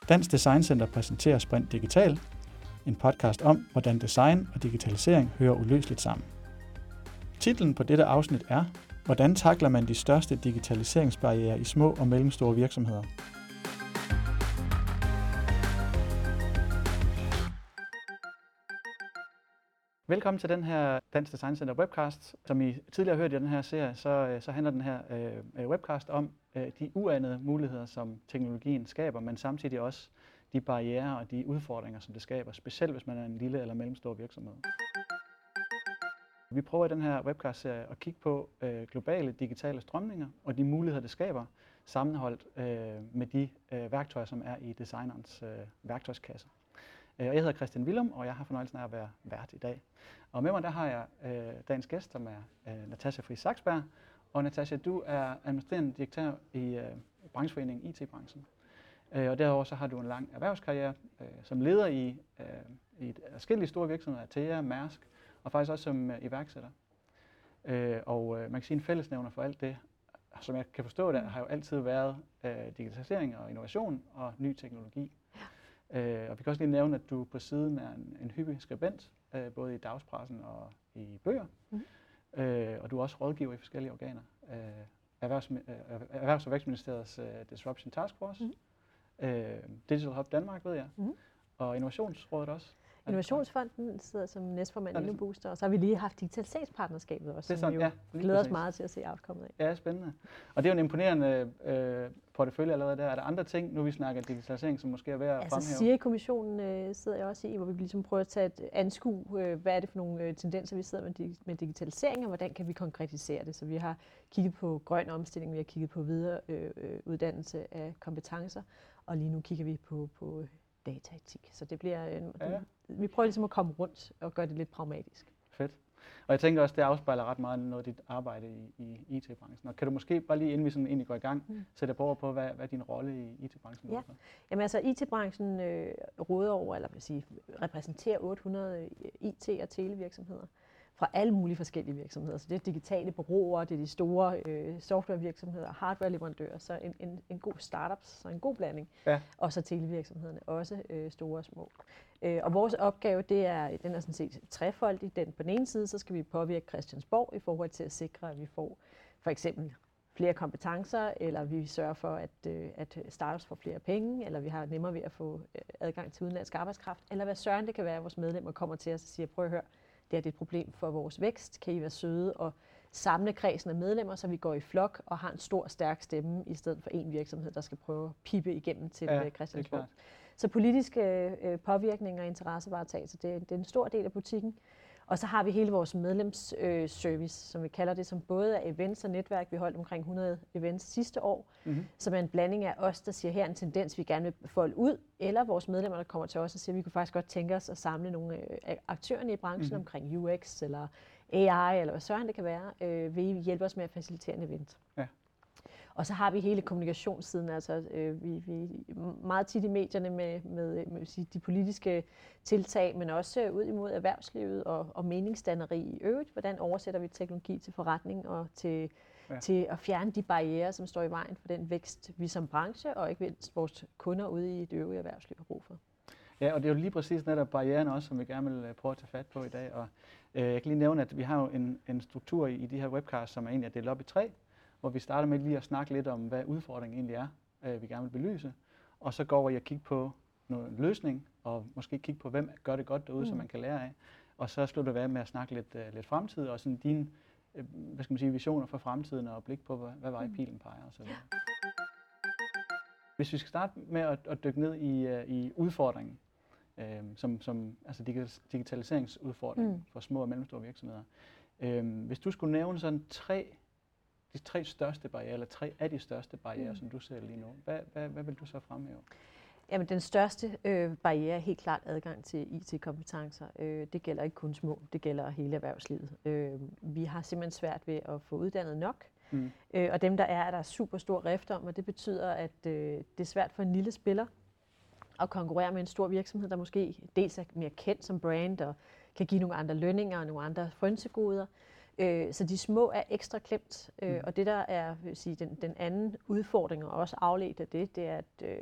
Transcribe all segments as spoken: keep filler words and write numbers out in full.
Dansk Design Center præsenterer Sprint Digital, en podcast om, hvordan design og digitalisering hører uløseligt sammen. Titlen på dette afsnit er, hvordan takler man de største digitaliseringsbarrierer i små og mellemstore virksomheder? Velkommen til den her Dansk Design Center webcast. Som I tidligere har hørt i den her serie, så, så handler den her øh, webcast om øh, de uanede muligheder, som teknologien skaber, men samtidig også de barrierer og de udfordringer, som det skaber, specielt hvis man er en lille eller mellemstor virksomhed. Vi prøver i den her webcast-serie at kigge på øh, globale digitale strømninger og de muligheder, det skaber, sammenholdt øh, med de øh, værktøjer, som er i designerens øh, værktøjskasse. Jeg hedder Christian Willum, og jeg har fornøjelsen af at være vært i dag. Og med mig der har jeg øh, dagens gæst, som er øh, Natasja Friis Saxberg. Og Natasja, du er administrerende direktør i øh, brancheforeningen I T-branchen. Øh, og derover så har du en lang erhvervskarriere øh, som leder i, øh, i et forskellige store virksomheder, Atea, Mærsk, og faktisk også som øh, iværksætter. Øh, og øh, man kan sige, en fællesnævner for alt det, som jeg kan forstå det, har jo altid været øh, digitalisering og innovation og ny teknologi. Øh, og vi kan også lige nævne, at du på siden er en, en hyppig skribent, øh, både i dagspressen og i bøger. Mm. Øh, og du er også rådgiver i forskellige organer. Øh, Erhvervs, øh, Erhvervs- og Vækstministeriets uh, Disruption Task Force, mm. øh, Digital Hub Danmark, ved jeg, mm. og Innovationsrådet også. Innovationsfonden sidder som næstformand i InnoBooster, og så har vi lige haft digitaliseringspartnerskabet også, det er sådan, som vi jo ja, glæder os meget til at se outcomet af. Ja, spændende. Og det er jo en imponerende øh, portefølje allerede der. Er der andre ting, nu vi snakker digitalisering, som måske er værd at altså, fremhæve? S I A I-kommissionen øh, sidder jeg også i, hvor vi ligesom prøver at tage et anskue, øh, hvad er det for nogle øh, tendenser, vi sidder med, dig- med digitalisering, og hvordan kan vi konkretisere det. Så vi har kigget på grøn omstilling, vi har kigget på videre øh, uddannelse af kompetencer, og lige nu kigger vi på, på dataetik. Så det bliver en, ja. Vi prøver ligesom at komme rundt og gøre det lidt pragmatisk. Fedt. Og jeg tænker også, det afspejler ret meget noget af dit arbejde i, i I T-branchen. Og kan du måske bare lige, inden vi sådan egentlig går i gang, mm. sætte på på, hvad, hvad din rolle i I T-branchen er? Ja. Jamen altså, I T-branchen øh, råder over, eller vil sige, repræsenterer otte hundrede I T- og televirksomheder fra alle mulige forskellige virksomheder. Så det er digitale bureauer, det er de store øh, softwarevirksomheder, hardwareleverandører, så en, en, en god startups, så en god blanding. Ja. Og så televirksomhederne, også øh, store og små. Øh, og vores opgave, det er, den er sådan set trefoldig. Den på den ene side, så skal vi påvirke Christiansborg i forhold til at sikre, at vi får for eksempel flere kompetencer, eller vi sørger for, at, øh, at startups får flere penge, eller vi har nemmere ved at få øh, adgang til udenlandsk arbejdskraft, eller hvad søren det kan være, at vores medlemmer kommer til os og siger, prøv at høre, det er et problem for vores vækst. Kan I være søde og samle kredsen af medlemmer, så vi går i flok og har en stor, stærk stemme, i stedet for en virksomhed, der skal prøve at pipe igennem til ja, Christiansborg. Så politiske øh, påvirkninger og interessevaretagelse, det, det er en stor del af butikken. Og så har vi hele vores medlemsservice, øh, som vi kalder det, som både er events og netværk. Vi holdt omkring hundrede events sidste år, mm-hmm. som er en blanding af os, der siger, her er en tendens, vi gerne vil folde ud, eller vores medlemmer, der kommer til os og siger, vi kunne faktisk godt tænke os at samle nogle øh, aktørerne i branchen mm-hmm. omkring U X eller A I, eller hvad søren det kan være, øh, vil I hjælpe os med at facilitere en event. Ja. Og så har vi hele kommunikationssiden, altså øh, vi, vi meget tit i medierne med, med, med sige, de politiske tiltag, men også øh, ud imod erhvervslivet og, og meningsdanneri i øvrigt. Hvordan oversætter vi teknologi til forretning og til, ja. til at fjerne de barrierer, som står i vejen for den vækst, vi som branche og ikke mindst vores kunder ude i det øvrige erhvervsliv har brug for. Ja, og det er jo lige præcis netop barriererne også, som vi gerne vil prøve at tage fat på i dag. Og øh, jeg kan lige nævne, at vi har jo en, en struktur i, i de her webcasts, som er egentlig er delt op i tre, hvor vi starter med lige at snakke lidt om, hvad udfordringen egentlig er, øh, vi gerne vil belyse. Og så går vi og kigge på en løsning, og måske kigge på, hvem gør det godt derude, mm. som man kan lære af. Og så slutter vi af med at snakke lidt, uh, lidt fremtid, og sådan dine øh, hvad skal man sige, visioner for fremtiden, og blik på, hvad, hvad vej pilen peger og så videre. Ja. Hvis vi skal starte med at, at dykke ned i, uh, i udfordringen, øh, som, som altså digitaliseringsudfordringen mm. for små og mellemstore virksomheder. Øh, hvis du skulle nævne sådan tre de tre største barrierer, eller tre af de største barrierer, mm. som du ser lige nu. Hvad, hvad, hvad vil du så fremhæve? Jamen, den største øh, barriere er helt klart adgang til I T-kompetencer. Øh, det gælder ikke kun små, det gælder hele erhvervslivet. Øh, vi har simpelthen svært ved at få uddannet nok, mm. øh, og dem der er, er der super stor rift om, og det betyder, at øh, det er svært for en lille spiller at konkurrere med en stor virksomhed, der måske dels er mere kendt som brand, og kan give nogle andre lønninger og nogle andre frynsegoder. Så de små er ekstra klemt, og det der er vil sige, den, den anden udfordring, og også afledt af det, det er, at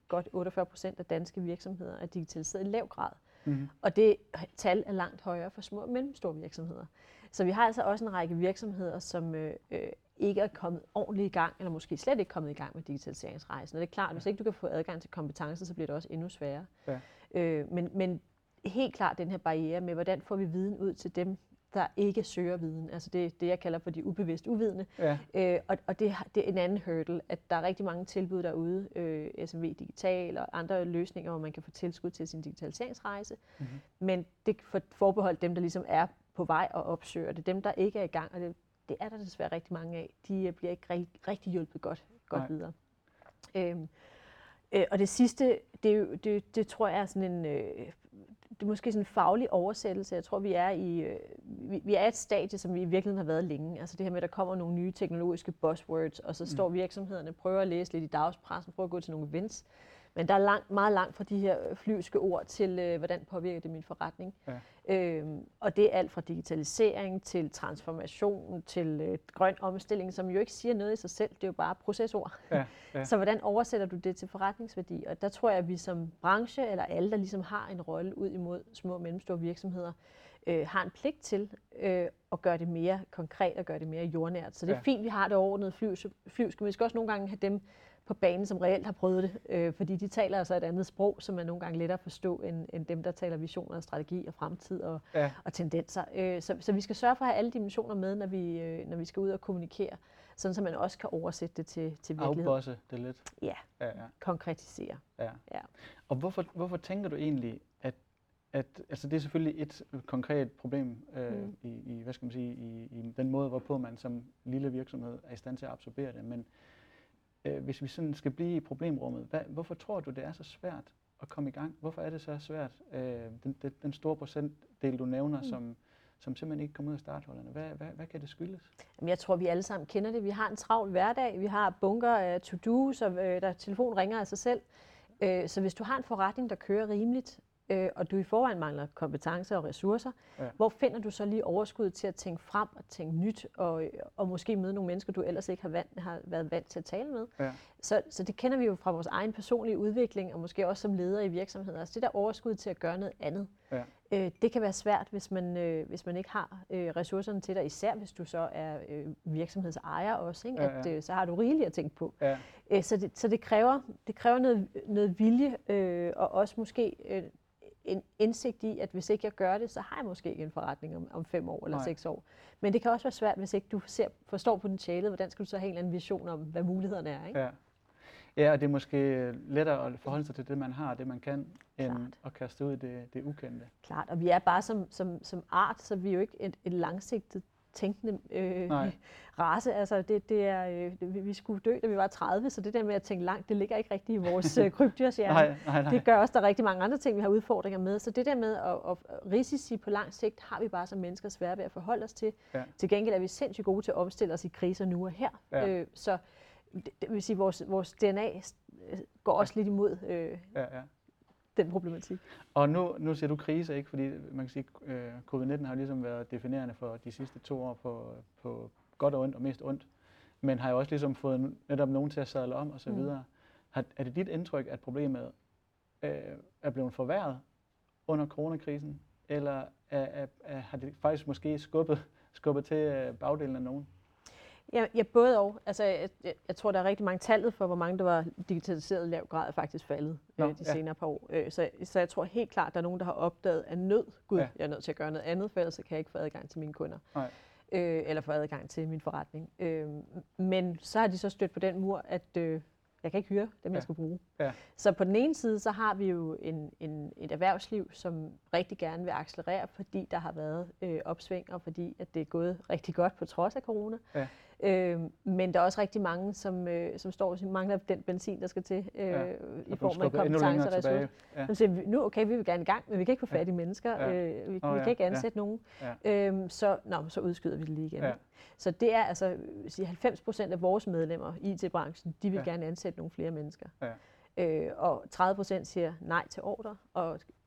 godt otteogfyrre procent af danske virksomheder er digitaliseret i lav grad. Mm-hmm. Og det tal er langt højere for små og mellemstore virksomheder. Så vi har altså også en række virksomheder, som øh, ikke er kommet ordentligt i gang, eller måske slet ikke kommet i gang med digitaliseringsrejsen. Og det er klart, at hvis ikke du kan få adgang til kompetencer, så bliver det også endnu sværere. Ja. Øh, men, men helt klart den her barriere med, hvordan får vi viden ud til dem, der ikke søger viden. Altså det, det jeg kalder for de ubevidst uvidende. Ja. Øh, og og det, det er en anden hurdle, at der er rigtig mange tilbud derude, øh, S M V Digital og andre løsninger, hvor man kan få tilskud til sin digitaliseringsrejse. Mm-hmm. Men det er forbeholdt dem, der ligesom er på vej og opsøger det. Dem, der ikke er i gang, og det, det er der desværre rigtig mange af, de bliver ikke rigtig, rigtig hjulpet godt, godt videre. Øhm, øh, og det sidste, det, er jo, det, det tror jeg er sådan en... Øh, det er måske sådan en faglig oversættelse. Jeg tror, vi er i øh, vi, vi er et stadie, som vi i virkeligheden har været længe. Altså det her med, at der kommer nogle nye teknologiske buzzwords, og så står virksomhederne, prøver at læse lidt i dagspressen, prøver at gå til nogle events. Men der er langt, meget langt fra de her flyvske ord til, øh, hvordan påvirker det min forretning. Ja. Øhm, og det er alt fra digitalisering til transformation til øh, grøn omstilling, som jo ikke siger noget i sig selv. Det er jo bare procesord. Ja, ja. Så hvordan oversætter du det til forretningsværdi? Og der tror jeg, at vi som branche, eller alle, der ligesom har en rolle ud imod små og mellemstore virksomheder, øh, har en pligt til øh, at gøre det mere konkret og gøre det mere jordnært. Så det er ja. fint, vi har det overordnede flyvske, men vi skal også nogle gange have dem på banen, som reelt har prøvet det, øh, fordi de taler altså et andet sprog, som er nogle gange lettere at forstå, end, end dem, der taler visioner og strategi og fremtid og, ja. og tendenser. Øh, så, så vi skal sørge for at have alle dimensioner med, når vi, øh, når vi skal ud og kommunikere, sådan så man også kan oversætte det til, til virkelighed. Afbosse det lidt. Ja, ja, ja. Konkretisere. Ja. Ja. Og hvorfor, hvorfor tænker du egentlig, at, at altså det er selvfølgelig et konkret problem øh, mm. i, i, hvad skal man sige, i, i den måde, hvorpå man som lille virksomhed er i stand til at absorbere det, men hvis vi sådan skal blive i problemrummet, hvad, hvorfor tror du, det er så svært at komme i gang? Hvorfor er det så svært? Øh, den, den, den store procentdel, du nævner, mm. som, som simpelthen ikke kommer ud af starthullerne. Hvad, hvad, hvad kan det skyldes? Jamen, jeg tror, vi alle sammen kender det. Vi har en travl hverdag. Vi har bunker af to-do's, og øh, der telefon ringer af sig selv. Øh, så hvis du har en forretning, der kører rimeligt, øh, og du i forvejen mangler kompetencer og ressourcer, ja. hvor finder du så lige overskud til at tænke frem og tænke nyt, og, og måske møde nogle mennesker, du ellers ikke har, vant, har været vant til at tale med. Ja. Så, så det kender vi jo fra vores egen personlige udvikling, og måske også som ledere i virksomheder. Altså det der overskud til at gøre noget andet, ja. øh, det kan være svært, hvis man, øh, hvis man ikke har øh, ressourcerne til dig, især hvis du så er øh, virksomhedsejer også, ikke? At, ja, ja. Øh, så har du rigeligt at tænke på. Ja. Øh, så det, så det kræver, det kræver noget, noget vilje, øh, og også måske øh, en indsigt i, at hvis ikke jeg gør det, så har jeg måske ikke en forretning om, om fem år eller Nej. seks år. Men det kan også være svært, hvis ikke du ser, forstår potentialet. Hvordan skal du så have en eller anden vision om, hvad mulighederne er? Ikke? Ja. Ja, og det er måske lettere at forholde sig til det, man har, det man kan, end Klart. at kaste ud i det, det ukendte. Klart, og vi er bare som, som, som art, så vi er jo ikke et, et langsigtet tænkende øh, race. Altså det, det er, øh, vi, vi skulle dø, da vi var tredive, så det der med at tænke langt, det ligger ikke rigtigt i vores øh, krybdyrshjerne. nej, nej, nej. Det gør også, der er rigtig mange andre ting, vi har udfordringer med. Så det der med at, at risici på lang sigt, har vi bare som mennesker svært ved at forholde os til. Ja. Til gengæld er vi sindssygt gode til at omstille os i kriser nu og her. Ja. Øh, så det, det vil sige, at vores, vores D N A går også lidt imod øh, ja, ja. den problematik. Og nu, nu siger du krise, ikke? Fordi man kan sige, at øh, covid nitten har ligesom været definerende for de sidste to år på, på godt og ondt og mest ondt, men har jo også ligesom fået netop nogen til at sadle om og så videre. Mm. Har, er det dit indtryk, at problemet øh, er blevet forværret under coronakrisen, eller er, er, er, har det faktisk måske skubbet, skubbet til øh, bagdelen af nogen? Ja, ja, både og. Altså, jeg, jeg, jeg tror, der er rigtig mange tallet for, hvor mange der var digitaliseret i lav grad, er faktisk faldet Nå, øh, de ja. senere par år. Øh, så, så jeg tror helt klart, der er nogen, der har opdaget af nød, gud, ja. jeg er nødt til at gøre noget andet, for ellers kan jeg ikke få adgang til mine kunder. Nej. Øh, eller få adgang til min forretning. Øh, men så har de så stødt på den mur, at øh, jeg kan ikke hyre dem, ja. jeg skal bruge. Ja. Så på den ene side, så har vi jo en, en, et erhvervsliv, som rigtig gerne vil accelerere, fordi der har været øh, opsving, og fordi at det er gået rigtig godt på trods af corona. Ja. Øh, men der er også rigtig mange, som, øh, som står og mangler den benzin, der skal til øh, ja. i form af kompetencer og ressourcer. Ja. Som siger, nu okay, vi vil gerne i gang, men vi kan ikke få fat i mennesker. Ja. Øh, vi, oh, vi kan ikke ansætte ja. nogen. Ja. Øh, så, nå, så udskyder vi det lige igen. Ja. Så det er altså sige, halvfems procent af vores medlemmer i I T-branchen, de vil ja. gerne ansætte nogle flere mennesker. Ja. Øh, og tredive procent siger nej til ordre, og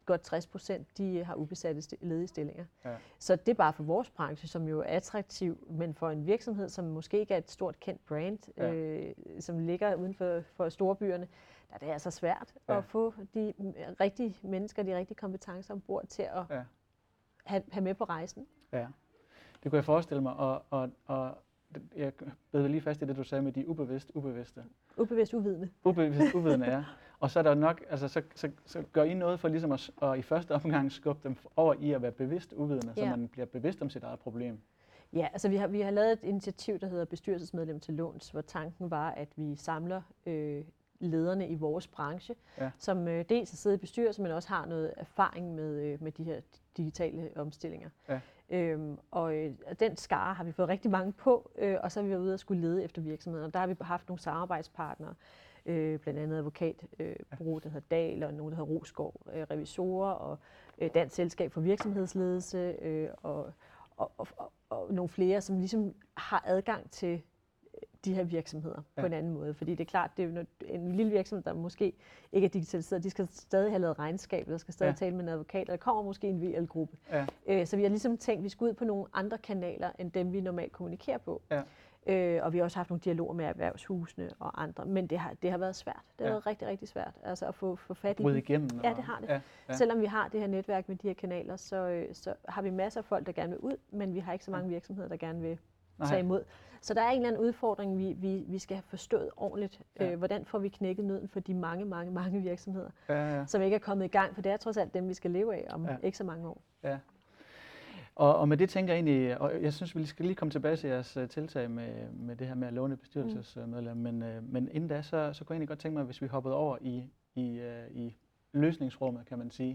godt tres procent, de har ubesatte ledige stillinger. Ja. Så det er bare for vores branche, som jo er attraktiv, men for en virksomhed, som måske ikke er et stort kendt brand, ja. øh, som ligger uden for, for storbyerne, der er det altså svært ja. at få de rigtige mennesker, de rigtige kompetencer ombord til at ja. have, have med på rejsen. Ja, det kunne jeg forestille mig, og, og, og jeg bed lige fast i det, du sagde med de ubevidst ubevidste. Ubevidst uvidende. Ubevidst uvidende, ja. Og så er der nok, altså så, så, så gør I noget for ligesom at, at i første omgang skubbe dem over i at være bevidst uvidende, ja. Så man bliver bevidst om sit eget problem. Ja, altså vi har, vi har lavet et initiativ, der hedder Bestyrelsesmedlem til låns, hvor tanken var, at vi samler øh, lederne i vores branche, ja. som øh, dels har siddet i bestyrelsen, men også har noget erfaring med, øh, med de her digitale omstillinger. Ja. Øhm, og øh, den skare har vi fået rigtig mange på, øh, og så har vi været ude og skulle lede efter virksomheder. Der har vi haft nogle samarbejdspartnere, øh, blandt andet advokatbureau, øh, der hedder Dahl, og nogle, der hedder Rosgaard, øh, revisorer, og øh, Dansk Selskab for Virksomhedsledelse, øh, og, og, og, og, og nogle flere, som ligesom har adgang til de her virksomheder ja. På en anden måde. Fordi det er klart, det er en lille virksomhed, der måske ikke er digitaliseret. De skal stadig have lavet regnskab, eller skal stadig ja. Tale med en advokat, eller der kommer måske en V L-gruppe. Ja. Øh, så vi har ligesom tænkt, at vi skal ud på nogle andre kanaler, end dem vi normalt kommunikerer på. Ja. Øh, og vi har også haft nogle dialoger med erhvervshusene og andre. Men det har, det har været svært. Det har ja. Været rigtig, rigtig svært altså at få, få fat i dem. Igennem, ja, det har det. Ja. Ja. Selvom vi har det her netværk med de her kanaler, så, så har vi masser af folk, der gerne vil ud, men vi har ikke så mange virksomheder, der gerne vil tage imod. Så der er en eller anden udfordring, vi, vi, vi skal have forstået ordentligt. Ja. Øh, hvordan får vi knækket nøden for de mange, mange, mange virksomheder, ja, ja. Som ikke er kommet i gang, for det er trods alt dem, vi skal leve af om ja. Ikke så mange år. Ja. Og, og med det tænker jeg egentlig, og jeg synes, vi skal lige komme tilbage til jeres tiltag med, med det her med at låne bestyrelsesmedlem, mm. men, men inden da, så, så kunne jeg egentlig godt tænke mig, hvis vi hoppede over i, i, i løsningsrummet, kan man sige.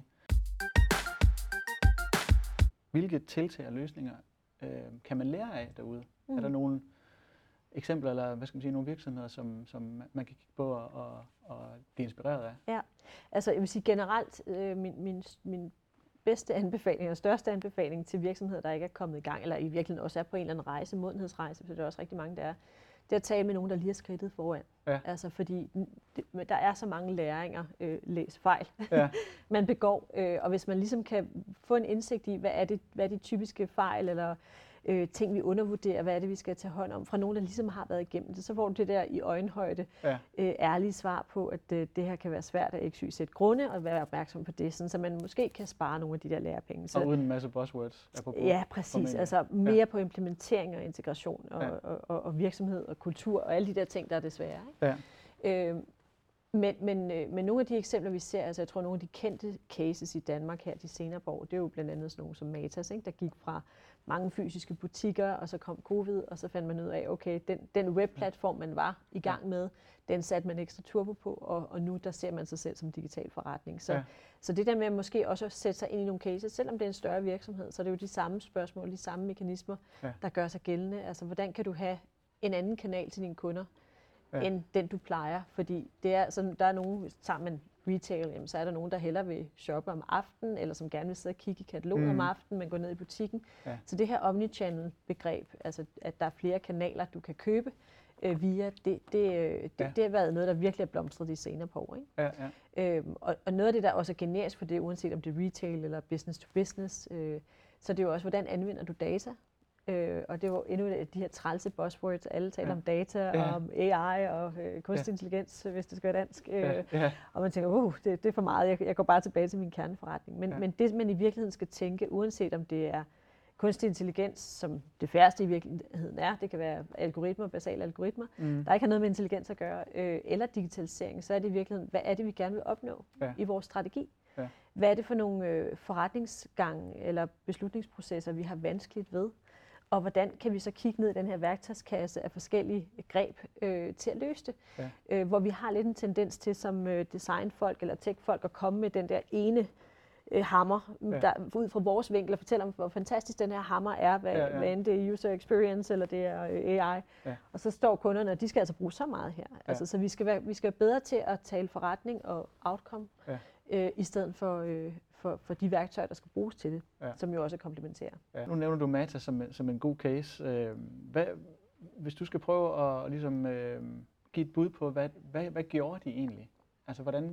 Hvilke tiltag og løsninger øh, kan man lære af derude? Mm. Er der nogle eksempler, eller hvad skal man sige, nogle virksomheder, som, som man kan kigge på og, og, og blive inspireret af? Ja, altså jeg vil sige generelt, øh, min, min, min bedste anbefaling og største anbefaling til virksomheder, der ikke er kommet i gang, eller i virkeligheden også er på en eller anden rejse, modenhedsrejse, for det er også rigtig mange, der er, det er at tale med nogen, der lige har skridtet foran. Ja. Altså fordi det, der er så mange læringer, øh, læs fejl, ja. Man begår, øh, og hvis man ligesom kan få en indsigt i, hvad er, det, hvad er de typiske fejl, eller øh, ting, vi undervurderer, hvad er det, vi skal tage hånd om, fra nogen, der ligesom har været igennem det, så får du det der i øjenhøjde, ja. øh, ærlige svar på, at øh, det her kan være svært at ikke sætte grunde, og være opmærksom på det, sådan, så man måske kan spare nogle af de der lærepenge. Så, og uden en masse buzzwords. Ja, præcis. Altså mere ja. På implementering og integration, og, ja. og, og, og virksomhed og kultur, og alle de der ting, der er det svære. Ikke? Ja. Øh, Men, men, men nogle af de eksempler, vi ser, altså jeg tror, nogle af de kendte cases i Danmark her de senere år, det er jo blandt andet sådan nogle som Matas, ikke, der gik fra mange fysiske butikker, og så kom covid, og så fandt man ud af, okay, den, den webplatform, man var i gang med, den satte man ekstra turbo på, og, og nu der ser man sig selv som digital forretning. Så, ja. Så det der med måske også at sætte sig ind i nogle cases, selvom det er en større virksomhed, så er det jo de samme spørgsmål, de samme mekanismer, ja. Der gør sig gældende. Altså, hvordan kan du have en anden kanal til dine kunder, ja. End den du plejer, fordi det er sådan, der er nogen, tager man retail, jamen, så er der nogen, der hellere vil shoppe om aftenen, eller som gerne vil sidde og kigge i katalogen mm. om aftenen, men gå ned i butikken. Ja. Så det her omnichannel-begreb, altså at der er flere kanaler, du kan købe øh, via, det, det, det, ja. det har været noget, der virkelig er blomstret de senere på år. Ikke? Ja, ja. Øhm, og, og noget af det, der også er generisk for det, uanset om det er retail eller business to business, øh, så det er jo også, hvordan anvender du data? Øh, og det var endnu af de her trælse buzzwords, alle taler ja. Om data ja. Og om A I og øh, kunstig ja. Intelligens, hvis det skal være dansk. Øh, ja. Ja. Og man tænker, uh, det, det er for meget, jeg, jeg går bare tilbage til min kerneforretning. Men, ja. Men det, man i virkeligheden skal tænke, uanset om det er kunstig intelligens, som det færreste i virkeligheden er, det kan være algoritmer, basale algoritmer, mm. der ikke har noget med intelligens at gøre, øh, eller digitalisering, så er det i virkeligheden, hvad er det, vi gerne vil opnå ja. I vores strategi? Ja. Hvad er det for nogle øh, forretningsgange eller beslutningsprocesser, vi har vanskeligt ved? Og hvordan kan vi så kigge ned i den her værktøjskasse af forskellige greb øh, til at løse det? Ja. Øh, hvor vi har lidt en tendens til som øh, designfolk eller techfolk at komme med den der ene øh, hammer, ja. Der, ud fra vores vinkel og fortælle om, hvor fantastisk den her hammer er, hvad, ja, ja. Hvad end det er user experience eller det er øh, A I. Ja. Og så står kunderne, og de skal altså bruge så meget her. Ja. Altså, så vi skal, være, vi skal være bedre til at tale forretning og outcome, ja. øh, i stedet for... Øh, For, for de værktøjer, der skal bruges til det, ja. Som jo også er komplementære. Ja. Nu nævner du Matas som, som en god case. Øh, hvad, hvis du skal prøve at ligesom, øh, give et bud på, hvad, hvad, hvad gjorde de egentlig? Altså, hvordan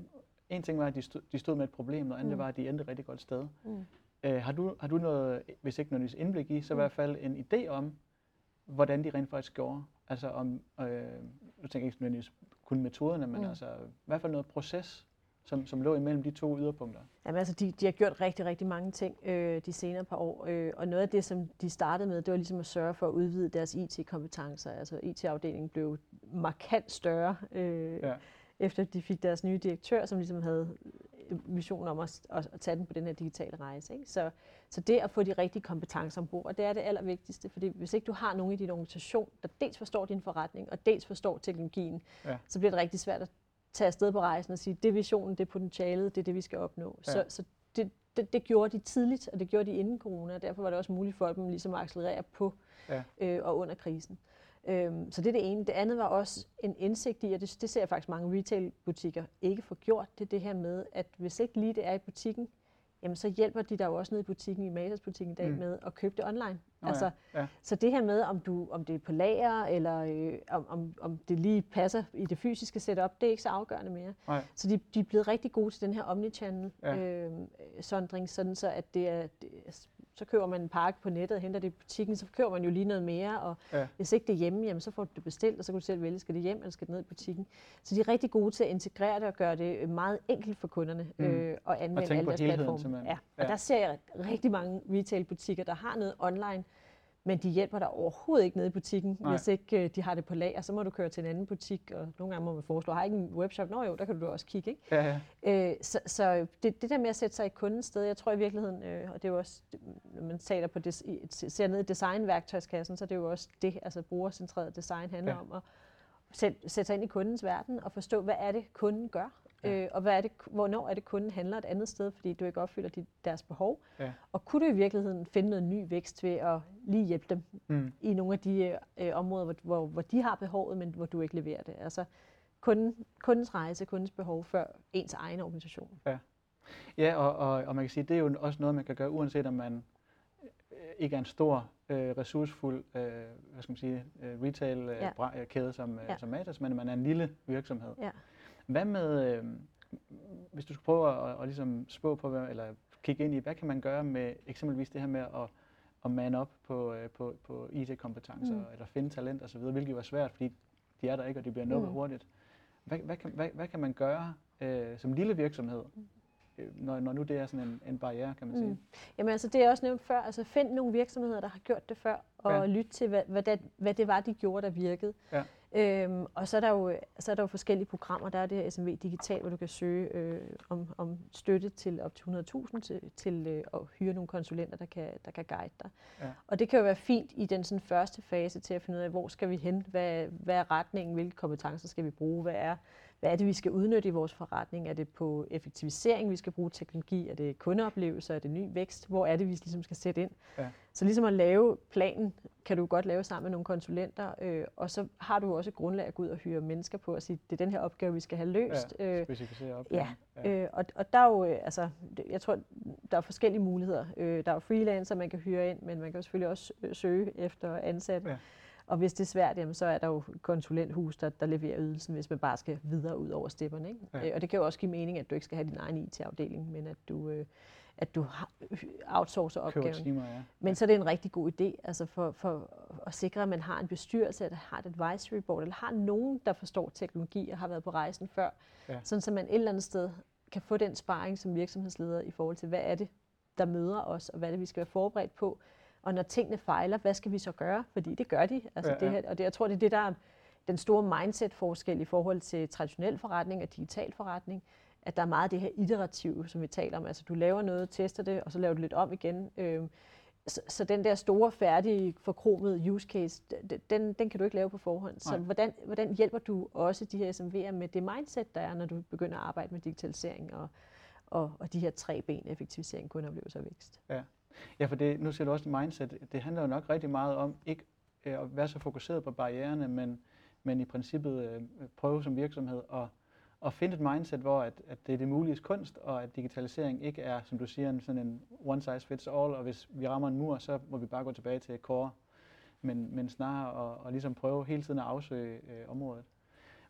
en ting var, at de stod, de stod med et problem, og andet Mm. var, at de endte et rigtig godt sted. Mm. Øh, har, du, har du noget, hvis ikke noget indblik i, så i Mm. hvert fald en idé om, hvordan de rent faktisk gjorde? Altså om, øh, nu tænker jeg ikke nødvendigvis kun metoderne, men Mm. altså i hvert fald noget proces, som, som lå imellem de to yderpunkter. Jamen altså, de, de har gjort rigtig, rigtig mange ting øh, de senere par år, øh, og noget af det, som de startede med, det var ligesom at sørge for at udvide deres I T-kompetencer. Altså I T-afdelingen blev markant større, øh, ja. efter de fik deres nye direktør, som ligesom havde visionen om at, at, at tage den på den her digitale rejse. Ikke? Så, så det at få de rigtige kompetencer ombord, og det er det allervigtigste, fordi hvis ikke du har nogen i din organisation, der dels forstår din forretning, og dels forstår teknologien, ja. så bliver det rigtig svært at tage afsted på rejsen og sige, det er visionen, det er potentialet, det er det, vi skal opnå. Ja. Så, så det, det, det gjorde de tidligt, og det gjorde de inden corona, og derfor var det også muligt for dem ligesom at accelerere på ja. øh, og under krisen. Øhm, så det er det ene. Det andet var også en indsigt i, og det, det ser jeg faktisk mange retail-butikker ikke få gjort, det er det her med, at hvis ikke lige det er i butikken, jamen så hjælper de der jo også ned i butikken, i Matas-butikken i dag, mm. med at købe det online. Oh, altså, ja. Ja. Så det her med, om, du, om det er på lager, eller øh, om, om, om det lige passer i det fysiske setup, det er ikke så afgørende mere. Oh, ja. Så de, de er blevet rigtig gode til den her omnichannel-sondring, ja. øh, sådan så at det er... Det, så køber man en pakke på nettet og henter det i butikken, så køber man jo lige noget mere, og ja. hvis ikke det er hjemme, jamen, så får du det bestilt, og så kan du selv vælge, skal det hjem, eller skal det ned i butikken. Så de er rigtig gode til at integrere det og gøre det meget enkelt for kunderne mm. øh, og anvende og alle deres platforme. Ja. Og ja. der ser jeg rigtig mange retailbutikker, der har noget online, men de hjælper dig overhovedet ikke nede i butikken, Nej. hvis ikke de har det på lager. Så må du køre til en anden butik, og nogle gange må man foreslå, har ikke en webshop? Nå jo, der kan du også kigge, ikke? Ja, ja. Øh, så så det, det der med at sætte sig i kundens sted, jeg tror i virkeligheden, øh, og det er jo også, når man taler på des, ser ned i designværktøjskassen, så det er jo også det, altså brugercentreret design handler ja. om at sætte, sætte sig ind i kundens verden og forstå, hvad er det, kunden gør. Ja. Øh, og hvad er det, hvornår er det, kunden handler et andet sted, fordi du ikke opfylder de, deres behov. Ja. Og kunne du i virkeligheden finde noget ny vækst ved at lige hjælpe dem mm. i nogle af de øh, områder, hvor, hvor, hvor de har behovet, men hvor du ikke leverer det. Altså kunden, kundens rejse, kundens behov før ens egen organisation. Ja, ja og, og, og man kan sige, det er jo også noget, man kan gøre, uanset om man ikke er en stor, øh, ressourcefuld øh, hvad skal man sige, øh, retail-kæde øh, som, ja. som Matas, men man er en lille virksomhed. Ja. Hvad med, øh, hvis du skulle prøve at, at ligesom spå på, eller kigge ind i, hvad kan man gøre med eksempelvis det her med at, at man op på, på, på I T-kompetencer, mm. eller finde talent osv., hvilket var svært, fordi de er der ikke, og de bliver nubbet mm. hurtigt. Hvad, hvad, kan, hvad, hvad kan man gøre øh, som lille virksomhed, når, når nu det er sådan en, en barriere, kan man sige? Mm. Jamen altså, det er også nævnt før. Altså, find nogle virksomheder, der har gjort det før, og ja. lyt til, hvad, hvad, det, hvad det var, de gjorde, der virkede. Ja. Øhm, og så er, der jo, så er der jo forskellige programmer. Der er det her S M V Digital, hvor du kan søge øh, om, om støtte til op til hundrede tusind til, til øh, at hyre nogle konsulenter, der kan, der kan guide dig. Ja. Og det kan jo være fint i den sådan, første fase til at finde ud af, hvor skal vi hen, hvad, hvad er retningen, hvilke kompetencer skal vi bruge, hvad er, hvad er det, vi skal udnytte i vores forretning? Er det på effektivisering, vi skal bruge teknologi? Er det kundeoplevelser? Er det ny vækst? Hvor er det, vi ligesom skal sætte ind? Ja. Så ligesom at lave planen, kan du godt lave sammen med nogle konsulenter, øh, og så har du også et grundlag at gå ud og hyre mennesker på og sige, det er den her opgave, vi skal have løst. Ja, specificere opgaven. Ja, ja. Øh, og, og der er jo, øh, altså, jeg tror, der er forskellige muligheder. Øh, der er jo freelancer, man kan hyre ind, men man kan jo selvfølgelig også søge efter ansatte. Ja. Og hvis det er svært, jamen, så er der jo konsulenthus, der, der leverer ydelsen, hvis man bare skal videre ud over stepperne. Ikke? Ja. Øh, og det kan jo også give mening, at du ikke skal have din egen I T-afdeling, men at du, øh, at du outsourcer opgaven. Timer, ja. Men så er det en rigtig god idé, altså for, for at sikre, at man har en bestyrelse, at har et advisory board, eller har nogen, der forstår teknologi og har været på rejsen før, ja. Sådan så man et eller andet sted kan få den sparring som virksomhedsleder i forhold til, hvad er det, der møder os, og hvad er det, vi skal være forberedt på. Og når tingene fejler, hvad skal vi så gøre? Fordi det gør de. Altså ja, ja. Det her, og det, jeg tror, det er det, der er den store mindset-forskel i forhold til traditionel forretning og digital forretning, at der er meget af det her iterative, som vi taler om. Altså du laver noget, tester det, og så laver du lidt om igen. Øhm, så, så den der store, færdige, forkromede use case, den, den kan du ikke lave på forhånd. Så hvordan, hvordan hjælper du også de her S M V'er med det mindset, der er, når du begynder at arbejde med digitalisering og, og, og de her tre ben, effektivisering, kundeoplevelse og vækst? Ja. Ja, for det, nu siger du også mindset. Det handler jo nok rigtig meget om ikke øh, at være så fokuseret på barriererne, men, men i princippet øh, prøve som virksomhed at, at finde et mindset, hvor at, at det er det muliges kunst, og at digitalisering ikke er, som du siger, en, sådan en one size fits all, og hvis vi rammer en mur, så må vi bare gå tilbage til core, men, men snarere at, at ligesom prøve hele tiden at afsøge øh, området.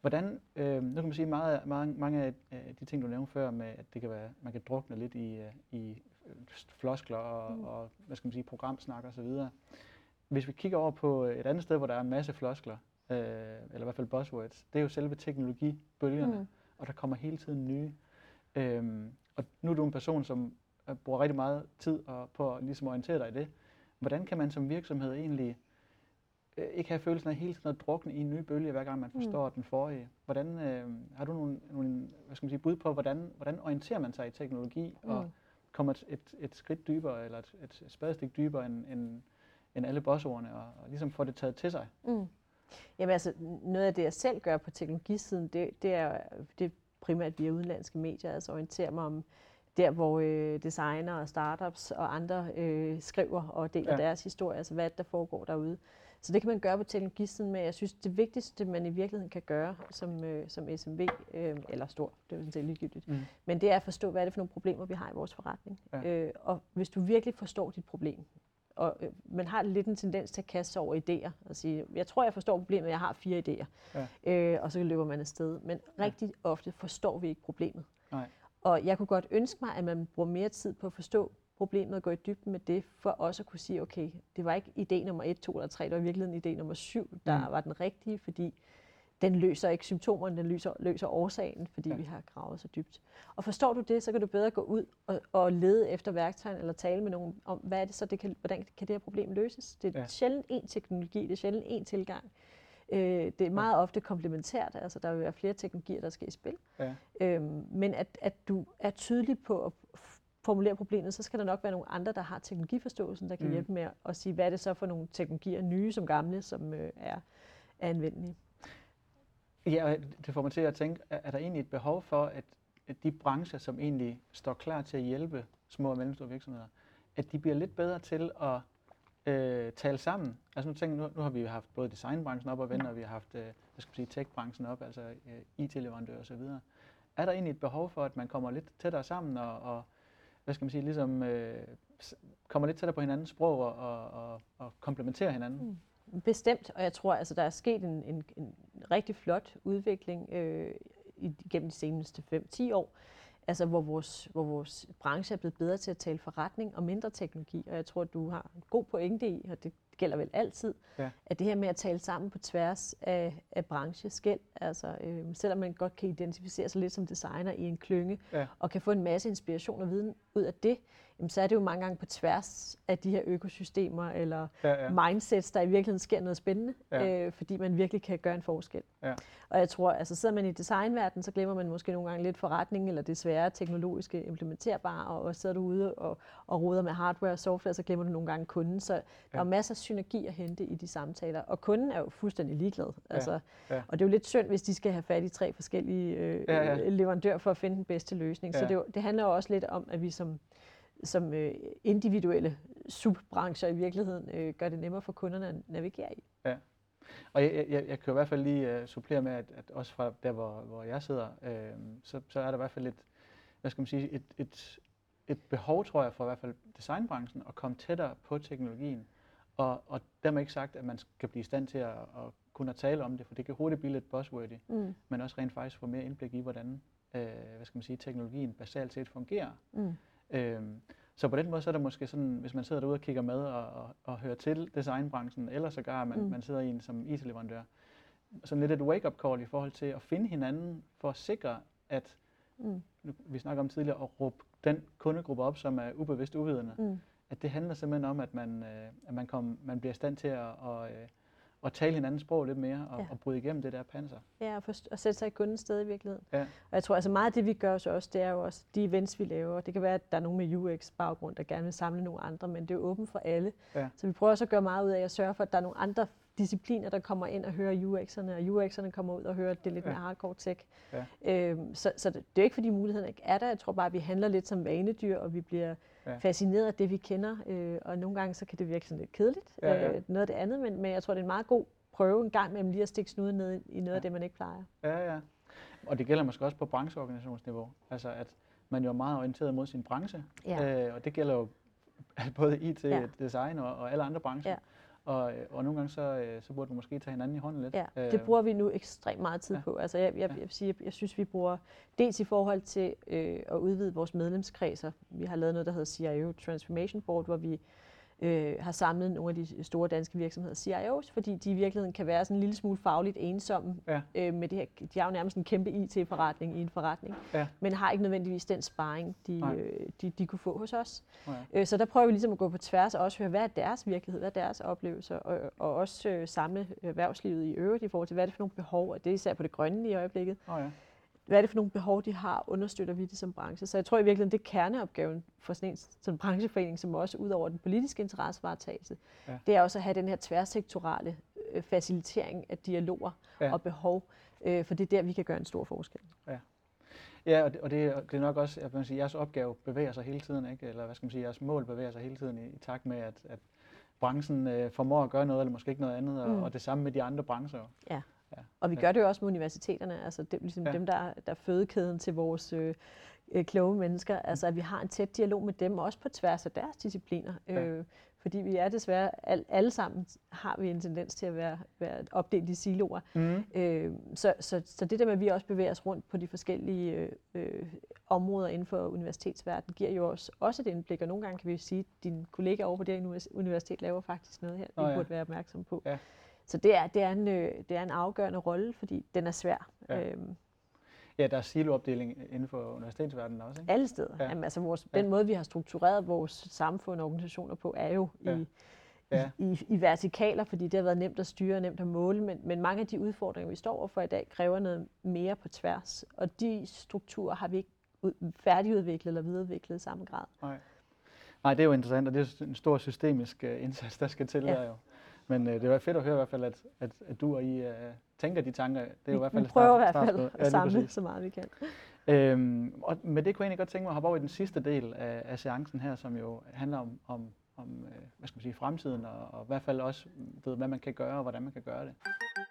Hvordan, øh, nu kan man sige meget, mange, mange af de ting, du nævnte før, med at det kan være, man kan drukne lidt i, i floskler og, mm. og hvad skal man sige, programsnak og så videre. Hvis vi kigger over på et andet sted, hvor der er en masse floskler, øh, eller i hvert fald buzzwords, det er jo selve teknologibølgerne, mm. og der kommer hele tiden nye. Øhm, og nu er du en person, som bruger rigtig meget tid og, på at ligesom orientere dig i det. Hvordan kan man som virksomhed egentlig øh, ikke have følelsen af hele tiden at drukne i en ny bølge, hver gang man forstår mm. den forrige? Hvordan, øh, har du nogle, nogle hvad skal man sige, bud på, hvordan, hvordan orienterer man sig i teknologi mm. og kommer et, et, et skridt dybere, eller et, et spadestik dybere end, end, end alle buzzordene, og, og ligesom får det taget til sig? Mm. Jamen altså, noget af det, jeg selv gør på teknologisiden, det, det er det er primært via udenlandske medier, altså orientere mig om der, hvor øh, designer og startups og andre øh, skriver og deler ja. deres historie, altså hvad der foregår derude. Så det kan man gøre på teknologisiden, men jeg synes, det vigtigste, man i virkeligheden kan gøre som, øh, som S M V, øh, eller stor, det er jo sådan set ligegyldigt, mm. men det er at forstå, hvad er det for nogle problemer, vi har i vores forretning. Ja. Øh, og hvis du virkelig forstår dit problem, og øh, man har lidt en tendens til at kaste sig over idéer og sige, jeg tror, jeg forstår problemet, jeg har fire idéer. Ja. Øh, og så løber man afsted. Men ja. rigtig ofte forstår vi ikke problemet. Nej. Og jeg kunne godt ønske mig, at man bruger mere tid på at forstå problemet og gå i dybden med det, for også at kunne sige, okay, det var ikke idé nummer et, to eller tre, det var i virkeligheden idé nummer syv, der mm. var den rigtige, fordi den løser ikke symptomerne, den løser, løser årsagen, fordi ja. vi har gravet så dybt. Og forstår du det, så kan du bedre gå ud og, og lede efter værktøjer, eller tale med nogen om, hvad er det så, det kan, hvordan kan det her problem løses? Det er ja. sjældent én teknologi, det er sjældent én tilgang. Øh, det er meget ja. ofte komplementært, altså der vil være flere teknologier, der skal i spil. Ja. Øhm, men at, at du er tydelig på at formulere problemet, så skal der nok være nogle andre, der har teknologiforståelsen, der kan mm. hjælpe med at sige, hvad er det så for nogle teknologier, nye som gamle, som øh, er, er anvendelige. Ja, det får mig til at tænke, er der egentlig et behov for, at, at de brancher, som egentlig står klar til at hjælpe små og mellemstore virksomheder, at de bliver lidt bedre til at øh, tale sammen? Altså nu, tænker, nu, nu har vi jo haft både designbranchen op og vende, og vi har haft øh, hvad skal man sige, tech-branchen op, altså øh, I T-leverandører og så videre. Er der egentlig et behov for, at man kommer lidt tættere sammen og, og hvad skal man sige, ligesom øh, kommer lidt tættere på hinandens sprog og, og, og, og komplementerer hinanden? Mm. Bestemt, og jeg tror, altså, der er sket en, en, en rigtig flot udvikling øh, igennem de seneste fem til ti år, altså, hvor, vores, hvor vores branche er blevet bedre til at tale forretning og mindre teknologi, og jeg tror, du har en god pointe i, og det gælder vel altid, ja. at det her med at tale sammen på tværs af, af brancheskel, altså øh, selvom man godt kan identificere sig lidt som designer i en klynge, ja. og kan få en masse inspiration og viden ud af det, jamen, så er det jo mange gange på tværs af de her økosystemer eller ja, ja. mindsets, der i virkeligheden sker noget spændende, ja. øh, fordi man virkelig kan gøre en forskel. Ja. Og jeg tror, altså sidder man i designverdenen, så glemmer man måske nogle gange lidt forretning eller det svære teknologiske implementerbare, og, og sidder du ude og, og roder med hardware og software, så glemmer du nogle gange kunden. Så ja. der er masser af synergi at hente i de samtaler, og kunden er jo fuldstændig ligeglad. Ja. Altså, ja. Og det er jo lidt synd, hvis de skal have fat i tre forskellige øh, ja, ja. leverandører for at finde den bedste løsning. Ja. Så det, det handler jo også lidt om, at vi som som øh, individuelle subbrancher i virkeligheden øh, gør det nemmere for kunderne at navigere i. Ja, og jeg, jeg, jeg kan i hvert fald lige uh, supplere med, at, at også fra der, hvor, hvor jeg sidder, øh, så, så er der i hvert fald et, hvad skal man sige, et, et, et behov, tror jeg, for i hvert fald designbranchen at komme tættere på teknologien. Og, og dermed ikke sagt, at man skal blive i stand til at, at kunne tale om det, for det kan hurtigt blive lidt buzzwordy, mm. men også rent faktisk få mere indblik i, hvordan øh, hvad skal man sige, teknologien basalt set fungerer. Mm. Øhm, så på den måde så er der måske sådan, hvis man sidder derude og kigger med og, og, og hører til designbranchen, eller sågar man, mm. man sidder i en som I T-leverandør, sådan lidt et wake-up call i forhold til at finde hinanden for at sikre, at mm. nu, vi snakker om tidligere, at råbe den kundegruppe op, som er ubevidst uvidende, mm. at det handler simpelthen om, at man, øh, at man, kom, man bliver i stand til at, og, øh, at tale hinandens sprog lidt mere og, ja. og bryde igennem det der panser. Ja, og, forst- og sætte sig i kundens sted i virkeligheden. Ja. Og jeg tror, altså meget af det, vi gør så også, det er jo også de events, vi laver. Det kan være, at der er nogen med U X-baggrund, der gerne vil samle nogle andre, men det er jo åbent for alle. Ja. Så vi prøver også at gøre meget ud af at sørge for, at der er nogle andre discipliner, der kommer ind og hører U X'erne, og U X'erne kommer ud og hører det lidt ja. mere hardcore tech. Ja. Øhm, så så det, det er jo ikke, fordi muligheden ikke er der. Jeg tror bare, at vi handler lidt som vanedyr, og vi bliver ja. fascineret af det, vi kender. Øh, og nogle gange så kan det virke sådan lidt kedeligt, ja, ja. Øh, noget af det andet, men, men jeg tror, det er en meget god prøve en gang med lige at stikke snuden ned i noget ja. af det, man ikke plejer. Ja, ja. Og det gælder måske også på brancheorganisationsniveau. Altså, at man jo er meget orienteret mod sin branche. Ja. Øh, og det gælder jo både I T, ja. design og, og alle andre brancher. Ja. Og, og nogle gange så, så burde du måske tage hinanden i hånden lidt. Ja, det bruger vi nu ekstremt meget tid ja. på. Altså jeg, jeg, jeg, vil sige, jeg, jeg synes, vi bruger dels i forhold til øh, at udvide vores medlemskredser. Vi har lavet noget, der hedder C I O Transformation Board, hvor vi øh, har samlet nogle af de store danske virksomheder, C I O's, fordi de i virkeligheden kan være sådan en lille smule fagligt ensomme ja. øh, med det her. De har jo nærmest en kæmpe I T-forretning i en forretning, ja. men har ikke nødvendigvis den sparring, de, øh, de, de kunne få hos os. Ja. Øh, så der prøver vi ligesom at gå på tværs og også høre, hvad er deres virkelighed, hvad er deres oplevelser, og, og også øh, samle erhvervslivet i øvrigt i forhold til, hvad er det for nogle behov, og det er især på det grønne i øjeblikket. Oh, ja. Hvad er det for nogle behov, de har, understøtter vi det som branche. Så jeg tror i virkeligheden, det er kerneopgaven for sådan en sådan brancheforening, som også ud over den politiske interessevaretagelse, ja. det er også at have den her tværsektorale øh, facilitering af dialoger ja. og behov, øh, for det er der, vi kan gøre en stor forskel. Ja, ja og, det, og det, det er nok også, jeg vil sige, jeres opgave bevæger sig hele tiden, ikke? Eller hvad skal man sige, jeres mål bevæger sig hele tiden i, i takt med, at, at branchen øh, formår at gøre noget, eller måske ikke noget andet, og, mm. og det samme med de andre brancher. Ja. Ja. Og vi gør det jo også med universiteterne, altså det, ligesom ja. dem, der, der er fødekæden til vores øh, øh, kloge mennesker, altså at vi har en tæt dialog med dem, også på tværs af deres discipliner. Ja. Øh, fordi vi er desværre, al, alle sammen har vi en tendens til at være, være opdelt i siloer. Mm. Øh, så, så, så det der med, at vi også bevæger os rundt på de forskellige øh, områder inden for universitetsverdenen, giver jo også, også et indblik, og nogle gange kan vi sige, at dine kollegaer over på det universitet laver faktisk noget her, oh, vi ja. burde være opmærksom på. Ja. Så det er, det, er en, det er en afgørende rolle, fordi den er svær. Ja, øhm. ja der er siloopdeling inden for universitetsverdenen også, ikke? Alle steder. Ja. Jamen, altså vores, ja. Den måde, vi har struktureret vores samfund og organisationer på, er jo ja. i, ja. i, i, i vertikaler, fordi det har været nemt at styre og nemt at måle, men, men mange af de udfordringer, vi står overfor i dag, kræver noget mere på tværs. Og de strukturer har vi ikke ud, færdigudviklet eller videreudviklet i samme grad. Nej. Nej, det er jo interessant, og det er en stor systemisk uh, indsats, der skal til ja. der jo. Men øh, det var fedt at høre i hvert fald, at, at, at du og I øh, tænker de tanker. Det er jo i hvert fald vi prøver start, i hvert fald at samle ja, så meget vi kan. Øhm, og med det kunne jeg egentlig godt tænke mig at hoppe over i den sidste del af, af seancen her, som jo handler om, om, om øh, hvad skal man sige, fremtiden, og, og i hvert fald også, ved, hvad man kan gøre, og hvordan man kan gøre det.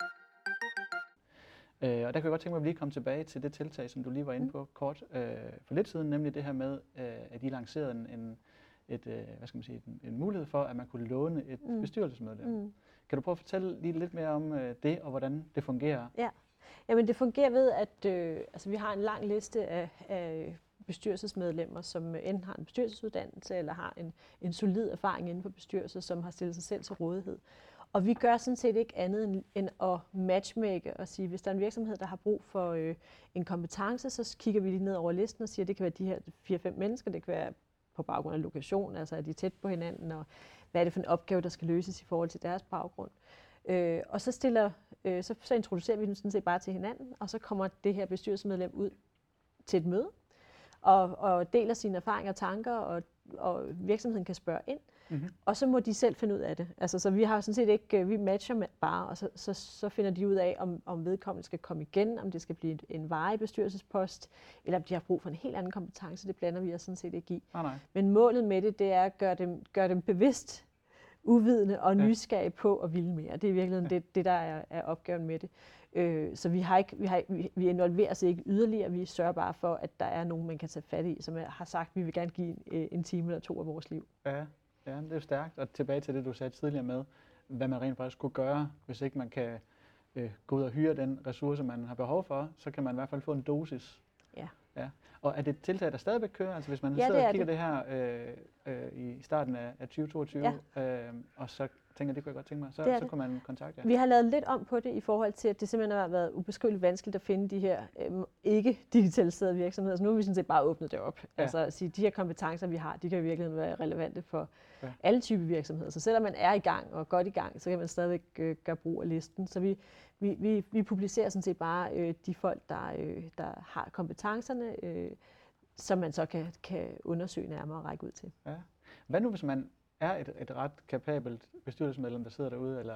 Øh, og der kan jeg godt tænke mig at lige komme tilbage til det tiltag, som du lige var inde på kort øh, for lidt siden, nemlig det her med, øh, at I lancerede en, en Et, øh, hvad skal man sige, en, en mulighed for, at man kunne låne et mm. bestyrelsesmedlem. Mm. Kan du prøve at fortælle lige lidt mere om øh, det, og hvordan det fungerer? Ja, Jamen, det fungerer ved, at øh, altså, vi har en lang liste af, af bestyrelsesmedlemmer, som enten har en bestyrelsesuddannelse, eller har en, en solid erfaring inden for bestyrelse, som har stillet sig selv til rådighed. Og vi gør sådan set ikke andet end, end at matchmake og sige, hvis der er en virksomhed, der har brug for øh, en kompetence, så kigger vi lige ned over listen og siger, at det kan være de her fire fem mennesker, det kan være på baggrund af lokation, altså er de tæt på hinanden, og hvad er det for en opgave, der skal løses i forhold til deres baggrund. Øh, og så, stiller, øh, så, så introducerer vi dem sådan set bare til hinanden, og så kommer det her bestyrelsesmedlem ud til et møde, og, og deler sine erfaringer og tanker, og, og virksomheden kan spørge ind, mm-hmm. og så må de selv finde ud af det. Altså, så vi har sådan set ikke, vi matcher med bare, og så, så, så finder de ud af, om, om vedkommende skal komme igen, om det skal blive en varig bestyrelsespost, eller om de har brug for en helt anden kompetence. Det blander vi os sådan set ikke i. Ah, nej. Men målet med det, det er at gøre dem, gøre dem bevidst uvidende og nysgerrige ja. på at ville mere. Det er i virkeligheden ja. det, det, der er, er opgaven med det. Øh, så vi, har ikke, vi, har, vi, vi involverer os ikke yderligere. Vi sørger bare for, at der er nogen, man kan tage fat i, som har sagt, at vi vil gerne give en, en time eller to af vores liv. Ja, ja, det er stærkt. Og tilbage til det, du sagde tidligere med, hvad man rent faktisk skulle gøre, hvis ikke man kan øh, gå ud og hyre den ressource, man har behov for, så kan man i hvert fald få en dosis. Ja. Ja. Og er det et tiltag, der stadigvæk kører? Altså hvis man ja, sidder og kigger det, det her øh, øh, i starten af, af tyve toogtyve, ja. øh, og så tænker, det kunne jeg godt tænke mig, så, så kunne man kontakte jer. Vi har lavet lidt om på det i forhold til, at det simpelthen har været ubeskriveligt vanskeligt at finde de her øh, ikke-digitaliserede virksomheder. Så nu har vi sådan set bare åbnet det op. Ja. Altså at sige, de her kompetencer, vi har, de kan i virkeligheden være relevante for ja. alle typer virksomheder. Så selvom man er i gang og godt i gang, så kan man stadigvæk øh, gøre brug af listen. Så vi, vi, vi, vi publicerer sådan set bare øh, de folk, der, øh, der har kompetencerne, øh, som man så kan, kan undersøge nærmere og række ud til. Ja. Hvad nu, hvis man er et, et ret kapabelt bestyrelsesmedlem, der sidder derude, eller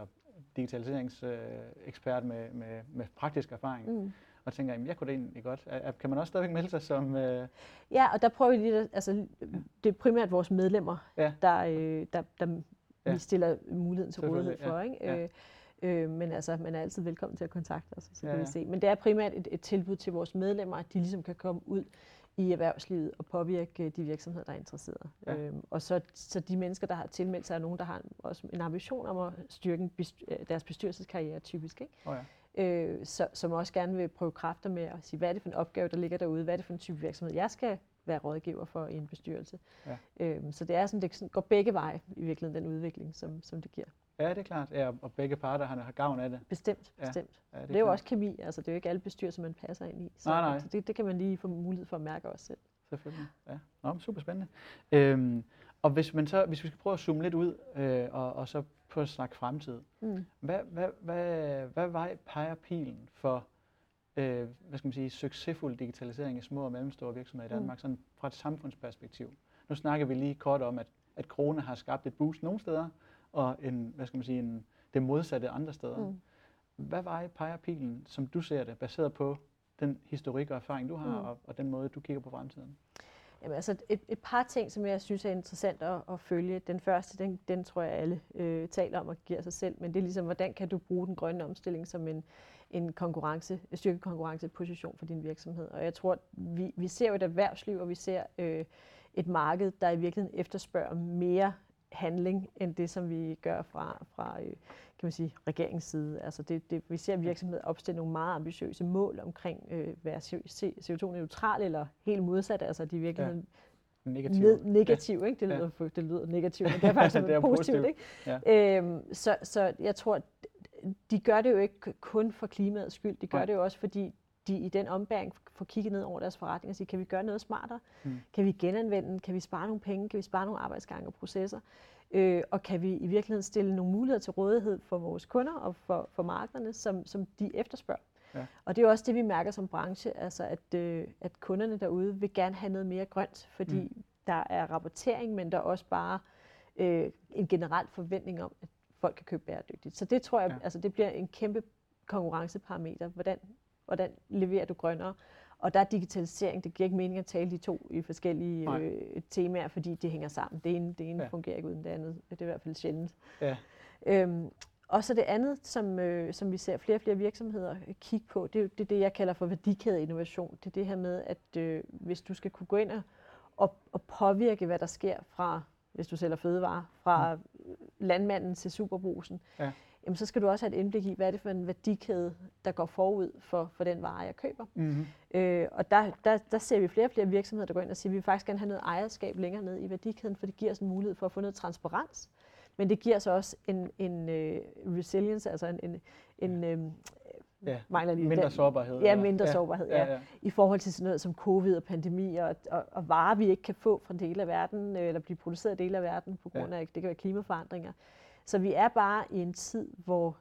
digitaliseringsekspert øh, med, med, med praktisk erfaring, mm. og tænker, jamen, jeg kunne det egentlig godt. Er, kan man også stadigvæk melde sig som... Øh... Ja, og der prøver vi lige, altså det er primært vores medlemmer, ja. der, øh, der, der ja. vi stiller muligheden til rådighed for, ja. ikke? Ja. Øh, øh, men altså, man er altid velkommen til at kontakte os, så kan ja, ja. vi se. Men det er primært et, et tilbud til vores medlemmer, at de ligesom kan komme ud i erhvervslivet og påvirke de virksomheder, der er interesserede. Ja. Øhm, og så, så de mennesker, der har tilmeldt sig, er nogen, der har en, også en ambition om at styrke en bestyr, deres bestyrelseskarriere typisk, ikke? Oh, ja. øh, så, som også gerne vil prøve kræfter med at sige, hvad er det for en opgave, der ligger derude? Hvad er det for en type virksomhed, jeg skal være rådgiver for i en bestyrelse? Ja. Øhm, så det er sådan, det går begge veje i virkeligheden, den udvikling, som, som det giver. Ja, det er klart. Ja, og begge parter har, har gavn af det. Bestemt, bestemt. Ja, ja, det, det er jo også kemi, altså det er jo ikke alle bestyrelser, man passer ind i. Så nej, nej. Det, det kan man lige få mulighed for at mærke også selv. Selvfølgelig, ja. Nå, super spændende. Øhm, og hvis, man så, hvis vi skal prøve at zoome lidt ud, øh, og, og så prøve at snakke fremtid. Mm. Hvad, hvad, hvad, hvad vej peger pilen for øh, hvad skal man sige, succesfuld digitalisering i små og mellemstore virksomheder i Danmark, mm. sådan fra et samfundsperspektiv? Nu snakker vi lige kort om, at, at corona har skabt et boost nogle steder, og en, hvad skal man sige, en, det modsatte andre steder. Mm. Hvad vej peger pilen, som du ser det, baseret på den historik og erfaring, du har, mm. og, og den måde, du kigger på fremtiden? Jamen, altså et, et par ting, som jeg synes er interessant at, at følge. Den første, den, den tror jeg alle øh, taler om og giver sig selv, men det er ligesom, hvordan kan du bruge den grønne omstilling som en, en konkurrence, styrket konkurrenceposition for din virksomhed. Og jeg tror, vi, vi ser jo et erhvervsliv, og vi ser øh, et marked, der i virkeligheden efterspørger mere handling end det, som vi gør fra, fra øh, kan man sige, regeringens side. Altså det, det, vi ser virksomheder opstille nogle meget ambitiøse mål omkring øh, være C O to-neutral eller helt modsat, altså de virkelig ja. negativ. Ned, negativ, ikke? Det lyder, ja. det lyder negativt, men det er faktisk det er positivt, ikke? Ja. Øhm, så, så jeg tror, de gør det jo ikke kun for klimaets skyld, de gør ja. det jo også, fordi de i den ombæring får kigget ned over deres forretning og sige, kan vi gøre noget smartere? Mm. Kan vi genanvende? Kan vi spare nogle penge? Kan vi spare nogle arbejdsgange og processer? Øh, og kan vi i virkeligheden stille nogle muligheder til rådighed for vores kunder og for, for markederne, som, som de efterspørger? Ja. Og det er jo også det, vi mærker som branche, altså at, øh, at kunderne derude vil gerne have noget mere grønt, fordi mm. der er rapportering, men der er også bare øh, en generel forventning om, at folk kan købe bæredygtigt. Så det tror jeg, ja. altså det bliver en kæmpe konkurrenceparameter. Hvordan Hvordan leverer du grønnere? Og der er digitalisering, det giver ikke mening at tale de to i forskellige øh, temaer, fordi det hænger sammen. Det ene, det ene ja. fungerer ikke uden det andet. Det er i hvert fald sjældent. Ja. Øhm, og så det andet, som, øh, som vi ser flere og flere virksomheder kigge på, det er det, er det jeg kalder for værdikædeinnovation. Det er det her med, at øh, hvis du skal kunne gå ind og, og påvirke, hvad der sker fra, hvis du sælger fødevarer, fra mm. landmanden til superbrusen, ja. Jamen, så skal du også have et indblik i, hvad er det for en værdikæde, der går forud for, for den vare, jeg køber. Mm-hmm. Øh, og der, der, der ser vi flere og flere virksomheder, der går ind og siger, at vi vil faktisk gerne have noget ejerskab længere ned i værdikæden, for det giver os en mulighed for at få noget transparens. Men det giver os også en, en uh, resilience, altså en, en, en uh, ja, mindre den, sårbarhed. Ja, mindre ja. sårbarhed, ja. Ja, ja. I forhold til sådan noget som covid og pandemi og, og, og varer, vi ikke kan få fra dele af verden, eller blive produceret i dele af verden på grund af, ja. det kan være klimaforandringer. Så vi er bare i en tid, hvor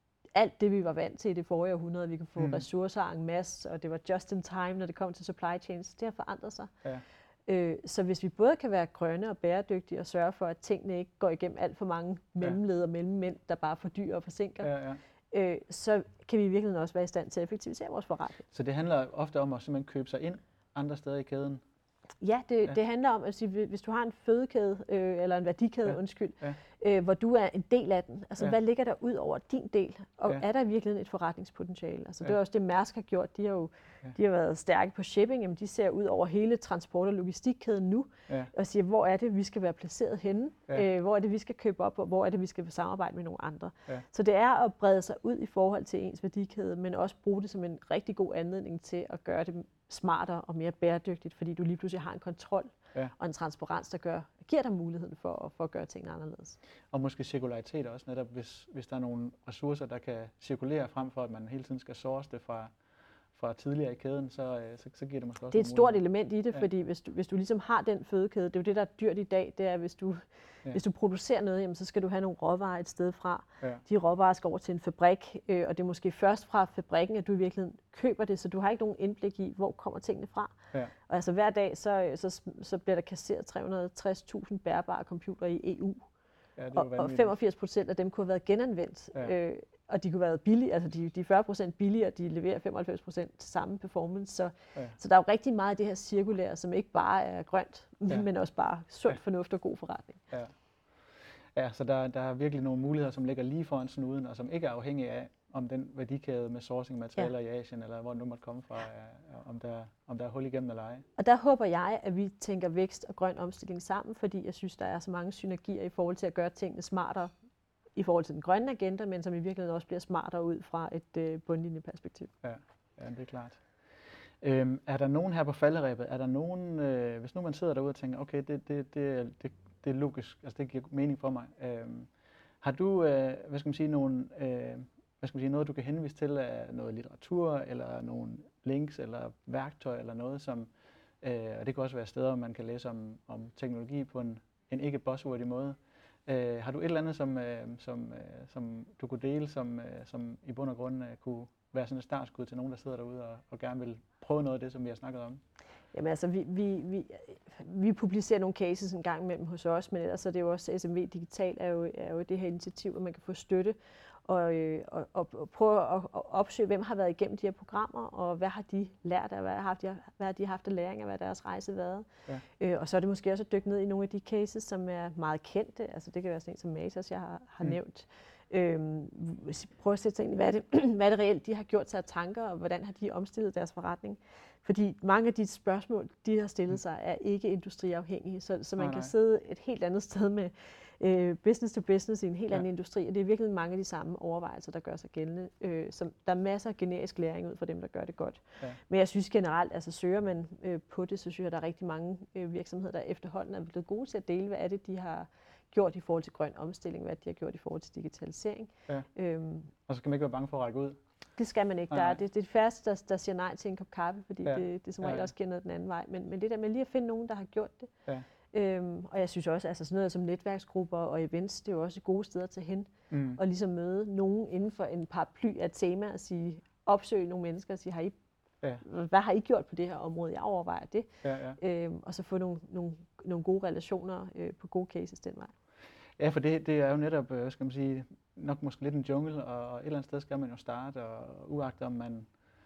alt det, vi var vant til i det forrige århundrede, vi kan få mm. ressourcer en masse, og det var just in time, når det kom til supply chains, det har forandret sig. Ja. Øh, så hvis vi både kan være grønne og bæredygtige og sørge for, at tingene ikke går igennem alt for mange mellemled og mellemmænd, der bare fordyrer og forsinker, ja, ja. Øh, så kan vi i virkeligheden også være i stand til at effektivisere vores forretning. Så det handler ofte om at simpelthen købe sig ind andre steder i kæden? Ja, det, ja. det handler om, at sige, hvis du har en fødekæde, øh, eller en værdikæde, ja. undskyld, ja. øh, hvor du er en del af den, altså ja. hvad ligger der ud over din del, og ja. er der virkelig et forretningspotentiale? Altså ja. det er også det, Mærsk har gjort, de har jo ja. de har været stærke på shipping, jamen de ser ud over hele transport- og logistikkæden nu, ja. og siger, hvor er det, vi skal være placeret henne, ja. øh, hvor er det, vi skal købe op, og hvor er det, vi skal samarbejde med nogle andre. Ja. Så det er at brede sig ud i forhold til ens værdikæde, men også bruge det som en rigtig god anledning til at gøre det smartere og mere bæredygtigt, fordi du lige pludselig har en kontrol ja. og en transparens, der gør, giver dig muligheden for, for at gøre tingene anderledes. Og måske cirkularitet også netop, hvis, hvis der er nogle ressourcer, der kan cirkulere frem for, at man hele tiden skal source det fra, fra tidligere i kæden, så, så, så giver det måske også det er et stort element i det, ja. fordi hvis du, hvis du ligesom har den fødekæde, det er jo det, der er dyrt i dag, det er, hvis du, ja. hvis du producerer noget, jamen, så skal du have nogle råvarer et sted fra. Ja. De råvarer skal over til en fabrik, øh, og det er måske først fra fabrikken, at du i virkeligheden køber det, så du har ikke nogen indblik i, hvor kommer tingene fra. Ja. Og altså hver dag, så, så, så bliver der kasseret tre hundrede og tres tusind bærbare computere i E U, ja, og, og femogfirs procent af dem kunne have været genanvendt. Ja. Øh, Og de kunne være billige, altså de, de er fyrre procent billigere, de leverer femoghalvfems procent samme performance. Så, ja. så der er jo rigtig meget af det her cirkulære, som ikke bare er grønt, ja. men også bare sund ja. fornuft og god forretning. Ja, ja så der, der er virkelig nogle muligheder, som ligger lige foran snuden, og som ikke er afhængige af, om den værdikæde med sourcing-materialer ja. i Asien, eller hvor det nu måtte komme fra, øh, om, der, om der er hul igennem eller ej. Og der håber jeg, at vi tænker vækst og grøn omstilling sammen, fordi jeg synes, der er så mange synergier i forhold til at gøre tingene smartere i forhold til den grønne agenda, men som i virkeligheden også bliver smartere ud fra et øh, bundlinjeperspektiv. Ja, ja, det er klart. Øhm, er der nogen her på falderebet, er der nogen, øh, hvis nu man sidder derude og tænker, okay, det, det, det, det, det er logisk, altså det giver mening for mig. Øhm, har du, øh, hvad skal man sige, nogen, øh, hvad skal man sige, noget du kan henvise til af noget litteratur, eller nogle links, eller værktøj, eller noget, som, øh, og det kan også være steder, man kan læse om, om teknologi på en, en ikke buzzwordy måde. Øh, har du et eller andet, som, øh, som, øh, som du kunne dele, som, øh, som i bund og grund øh, kunne være sådan et startskud til nogen, der sidder derude og, og gerne vil prøve noget af det, som vi har snakket om? Jamen altså, vi, vi, vi, vi publicerer nogle cases en gang imellem hos os, men ellers er det jo også, S M V Digital er jo, er jo det her initiativ, at man kan få støtte og, øh, og, og, og prøve at og opsøge, hvem har været igennem de her programmer, og hvad har de lært af, hvad har de, hvad har de haft af læring af, hvad deres rejse været. Ja. Øh, og så er det måske også at dykke ned i nogle af de cases, som er meget kendte. Altså det kan være sådan en som Matas, jeg har, har mm. nævnt. Øhm, prøv at sætte sig ind i, hvad er, det, hvad er det reelt, de har gjort sig af tanker, og hvordan har de omstillet deres forretning. Fordi mange af de spørgsmål, de har stillet sig, er ikke industriafhængige, så, så man nej, kan nej. sidde et helt andet sted med øh, business to business i en helt ja. anden industri, og det er virkelig mange af de samme overvejelser, der gør sig gældende. Øh, som, der er masser af generisk læring ud fra dem, der gør det godt. Ja. Men jeg synes generelt, altså søger man øh, på det, så synes jeg, at der er rigtig mange øh, virksomheder, der efterhånden er blevet gode til at dele, hvad er det, de har gjort i forhold til grøn omstilling, hvad de har gjort i forhold til digitalisering. Ja. Øhm, og så skal man ikke være bange for at række ud? Det skal man ikke. Nej, nej. Der er, det, det er det færreste, der, der siger nej til en kop kaffe, fordi ja. det, det som regel ja, ja. også giver noget den anden vej. Men, men det der med lige at finde nogen, der har gjort det. Ja. Øhm, og jeg synes også, altså sådan noget som netværksgrupper og events, det er jo også gode steder til hen. Mm. Og ligesom møde nogen inden for en paraply af et tema og sige, opsøge nogle mennesker og sige, har I, ja. hvad har I gjort på det her område? Jeg overvejer det. Ja, ja. Øhm, og så få nogle, nogle, nogle gode relationer øh, på gode cases den vej. Ja, for det, det er jo netop, skal man sige, nok måske lidt en jungle, og et eller andet sted skal man jo starte, og uagtet om man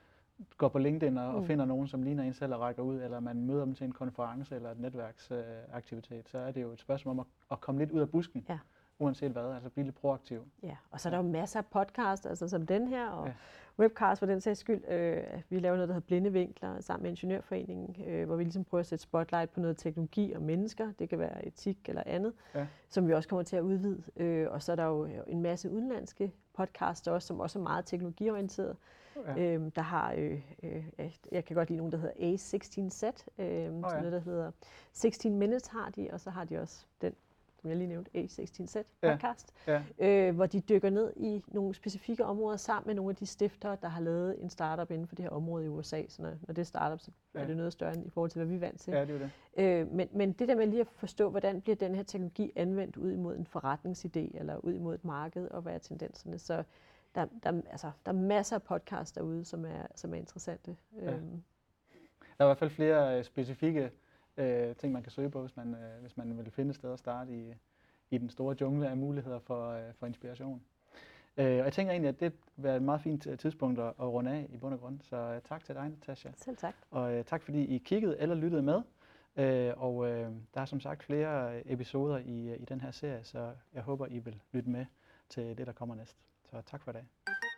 går på LinkedIn og, mm. og finder nogen, som ligner en selv og rækker ud, eller man møder dem til en konference eller et netværksaktivitet, øh, så er det jo et spørgsmål om at, at komme lidt ud af busken, ja. uanset hvad, altså blive lidt proaktiv. Ja, og så er der jo masser af podcast, altså som den her, og ja. webcast for den sags skyld. Øh, vi laver noget, der hedder Blinde Vinkler sammen med Ingeniørforeningen, øh, hvor vi ligesom prøver at sætte spotlight på noget teknologi og mennesker. Det kan være etik eller andet, ja. som vi også kommer til at udvide. Øh, og så er der jo en masse udenlandske podcasts også, som også er meget teknologiorienteret. Ja. Øh, der har, øh, øh, jeg kan godt lide nogen, der hedder A seksten Z, øh, oh, ja. noget, der hedder seksten Minutes har de, og så har de også den, som jeg lige nævnte, A seksten Z podcast, ja. Ja. Øh, hvor de dykker ned i nogle specifikke områder sammen med nogle af de stiftere, der har lavet en startup inden for det her område i U S A. Så når, når det er startup, så ja. er det noget større end i forhold til, hvad vi er vant til. Ja, det er det. Øh, men, men det der med lige at forstå, hvordan bliver den her teknologi anvendt ud imod en forretningsidé, eller ud imod et marked, og hvad er tendenserne. Så der, der, altså, der er masser af podcasts derude, som er, som er interessante. Ja. Øhm. Der er i hvert fald flere øh, specifikke øh, ting, man kan søge på, hvis man, øh, hvis man vil finde et sted at starte i, i den store jungle af muligheder for, øh, for inspiration. Øh, og jeg tænker egentlig, at det vil være et meget fint tidspunkt at, at runde af i bund og grund. Så øh, tak til dig, Natasha. Selv tak. Og øh, tak fordi I kiggede eller lyttede med. Øh, og øh, der er som sagt flere episoder i, i den her serie, så jeg håber, I vil lytte med til det, der kommer næst. Så tak for i dag.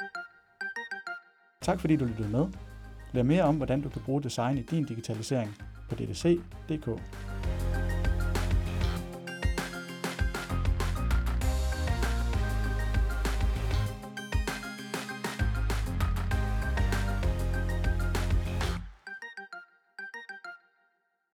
Tak fordi du lyttede med. Lær mere om, hvordan du kan bruge design i din digitalisering på d d c punktum d k.